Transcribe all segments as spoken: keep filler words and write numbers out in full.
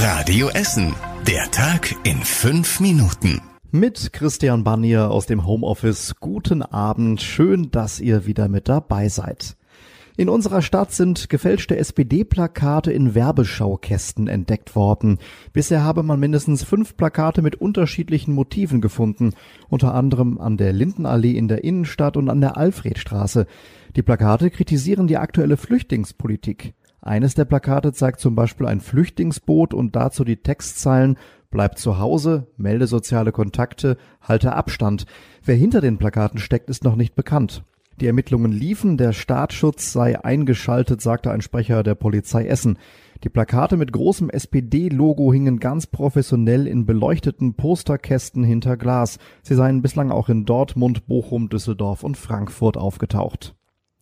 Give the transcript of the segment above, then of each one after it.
Radio Essen. Der Tag in fünf Minuten. Mit Christian Barnier aus dem Homeoffice. Guten Abend. Schön, dass ihr wieder mit dabei seid. In unserer Stadt sind gefälschte S P D-Plakate in Werbeschaukästen entdeckt worden. Bisher habe man mindestens fünf Plakate mit unterschiedlichen Motiven gefunden, unter anderem an der Lindenallee in der Innenstadt und an der Alfredstraße. Die Plakate kritisieren die aktuelle Flüchtlingspolitik. Eines der Plakate zeigt zum Beispiel ein Flüchtlingsboot und dazu die Textzeilen: Bleib zu Hause, melde soziale Kontakte, halte Abstand. Wer hinter den Plakaten steckt, ist noch nicht bekannt. Die Ermittlungen liefen, der Staatsschutz sei eingeschaltet, sagte ein Sprecher der Polizei Essen. Die Plakate mit großem S P D-Logo hingen ganz professionell in beleuchteten Posterkästen hinter Glas. Sie seien bislang auch in Dortmund, Bochum, Düsseldorf und Frankfurt aufgetaucht.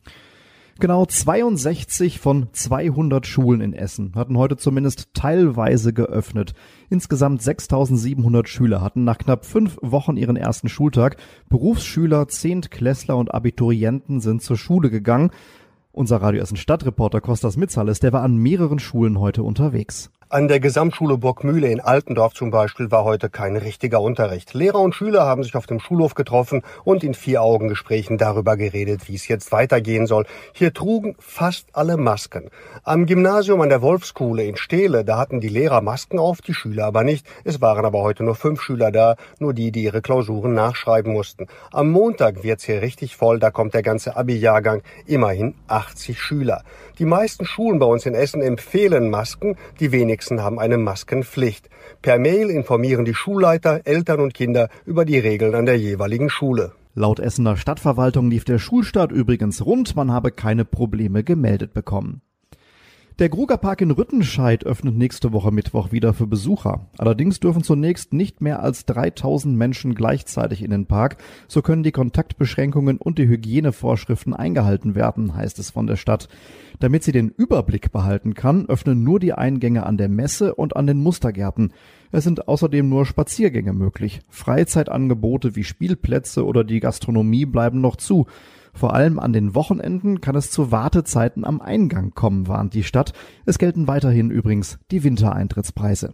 Genau zweiundsechzig von zweihundert Schulen in Essen hatten heute zumindest teilweise geöffnet. Insgesamt sechstausendsiebenhundert Schüler hatten nach knapp fünf Wochen ihren ersten Schultag. Berufsschüler, Zehntklässler und Abiturienten sind zur Schule gegangen. Unser Radio Essen Stadtreporter Kostas Mitzales, der war an mehreren Schulen heute unterwegs. An der Gesamtschule Burgmühle in Altendorf zum Beispiel war heute kein richtiger Unterricht. Lehrer und Schüler haben sich auf dem Schulhof getroffen und in Vier-Augen-Gesprächen darüber geredet, wie es jetzt weitergehen soll. Hier trugen fast alle Masken. Am Gymnasium an der Wolfskuhle in Steele, da hatten die Lehrer Masken auf, die Schüler aber nicht. Es waren aber heute nur fünf Schüler da, nur die, die ihre Klausuren nachschreiben mussten. Am Montag wird's hier richtig voll, da kommt der ganze Abi-Jahrgang, immerhin achtzig Schüler. Die meisten Schulen bei uns in Essen empfehlen Masken, die wenigsten haben eine Maskenpflicht. Per Mail informieren die Schulleiter, Eltern und Kinder über die Regeln an der jeweiligen Schule. Laut Essener Stadtverwaltung lief der Schulstart übrigens rund, man habe keine Probleme gemeldet bekommen. Der Grugerpark in Rüttenscheid öffnet nächste Woche Mittwoch wieder für Besucher. Allerdings dürfen zunächst nicht mehr als dreitausend Menschen gleichzeitig in den Park. So können die Kontaktbeschränkungen und die Hygienevorschriften eingehalten werden, heißt es von der Stadt. Damit sie den Überblick behalten kann, öffnen nur die Eingänge an der Messe und an den Mustergärten. Es sind außerdem nur Spaziergänge möglich. Freizeitangebote wie Spielplätze oder die Gastronomie bleiben noch zu. Vor allem an den Wochenenden kann es zu Wartezeiten am Eingang kommen, warnt die Stadt. Es gelten weiterhin übrigens die Wintereintrittspreise.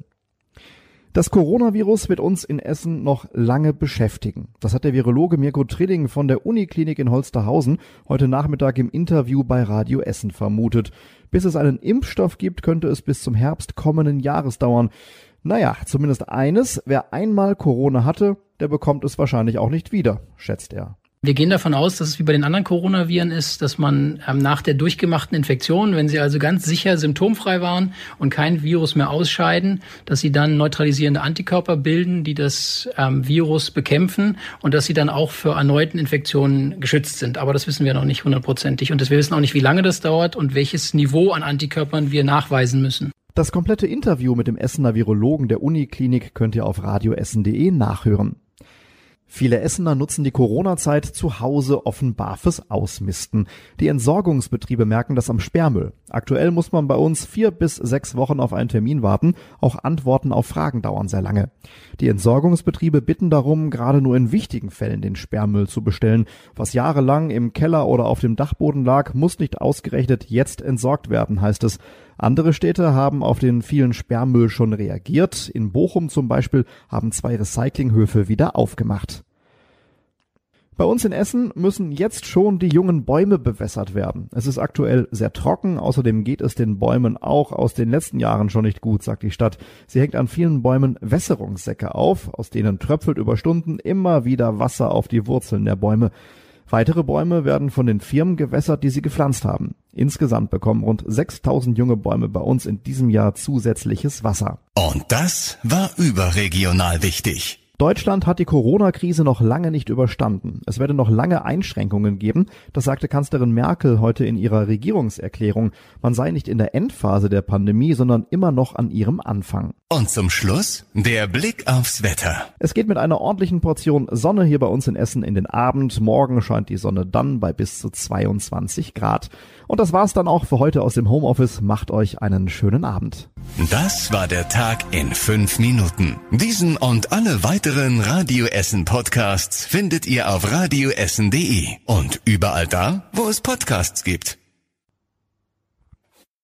Das Coronavirus wird uns in Essen noch lange beschäftigen. Das hat der Virologe Mirko Trilling von der Uniklinik in Holsterhausen heute Nachmittag im Interview bei Radio Essen vermutet. Bis es einen Impfstoff gibt, könnte es bis zum Herbst kommenden Jahres dauern. Naja, zumindest eines: Wer einmal Corona hatte, der bekommt es wahrscheinlich auch nicht wieder, schätzt er. Wir gehen davon aus, dass es wie bei den anderen Coronaviren ist, dass man ähm, nach der durchgemachten Infektion, wenn sie also ganz sicher symptomfrei waren und kein Virus mehr ausscheiden, dass sie dann neutralisierende Antikörper bilden, die das ähm, Virus bekämpfen und dass sie dann auch für erneuten Infektionen geschützt sind. Aber das wissen wir noch nicht hundertprozentig und wir wissen auch nicht, wie lange das dauert und welches Niveau an Antikörpern wir nachweisen müssen. Das komplette Interview mit dem Essener Virologen der Uniklinik könnt ihr auf radioessen punkt de nachhören. Viele Essener nutzen die Corona-Zeit zu Hause offenbar fürs Ausmisten. Die Entsorgungsbetriebe merken das am Sperrmüll. Aktuell muss man bei uns vier bis sechs Wochen auf einen Termin warten. Auch Antworten auf Fragen dauern sehr lange. Die Entsorgungsbetriebe bitten darum, gerade nur in wichtigen Fällen den Sperrmüll zu bestellen. Was jahrelang im Keller oder auf dem Dachboden lag, muss nicht ausgerechnet jetzt entsorgt werden, heißt es. Andere Städte haben auf den vielen Sperrmüll schon reagiert. In Bochum zum Beispiel haben zwei Recyclinghöfe wieder aufgemacht. Bei uns in Essen müssen jetzt schon die jungen Bäume bewässert werden. Es ist aktuell sehr trocken, außerdem geht es den Bäumen auch aus den letzten Jahren schon nicht gut, sagt die Stadt. Sie hängt an vielen Bäumen Wässerungssäcke auf, aus denen tröpfelt über Stunden immer wieder Wasser auf die Wurzeln der Bäume. Weitere Bäume werden von den Firmen gewässert, die sie gepflanzt haben. Insgesamt bekommen rund sechstausend junge Bäume bei uns in diesem Jahr zusätzliches Wasser. Und das war überregional wichtig. Deutschland hat die Corona-Krise noch lange nicht überstanden. Es werde noch lange Einschränkungen geben, das sagte Kanzlerin Merkel heute in ihrer Regierungserklärung. Man sei nicht in der Endphase der Pandemie, sondern immer noch an ihrem Anfang. Und zum Schluss der Blick aufs Wetter. Es geht mit einer ordentlichen Portion Sonne hier bei uns in Essen in den Abend. Morgen scheint die Sonne dann bei bis zu zweiundzwanzig Grad. Und das war's dann auch für heute aus dem Homeoffice. Macht euch einen schönen Abend. Das war der Tag in fünf Minuten. Diesen und alle weiteren Radio Essen Podcasts findet ihr auf radioessen punkt de und überall da, wo es Podcasts gibt.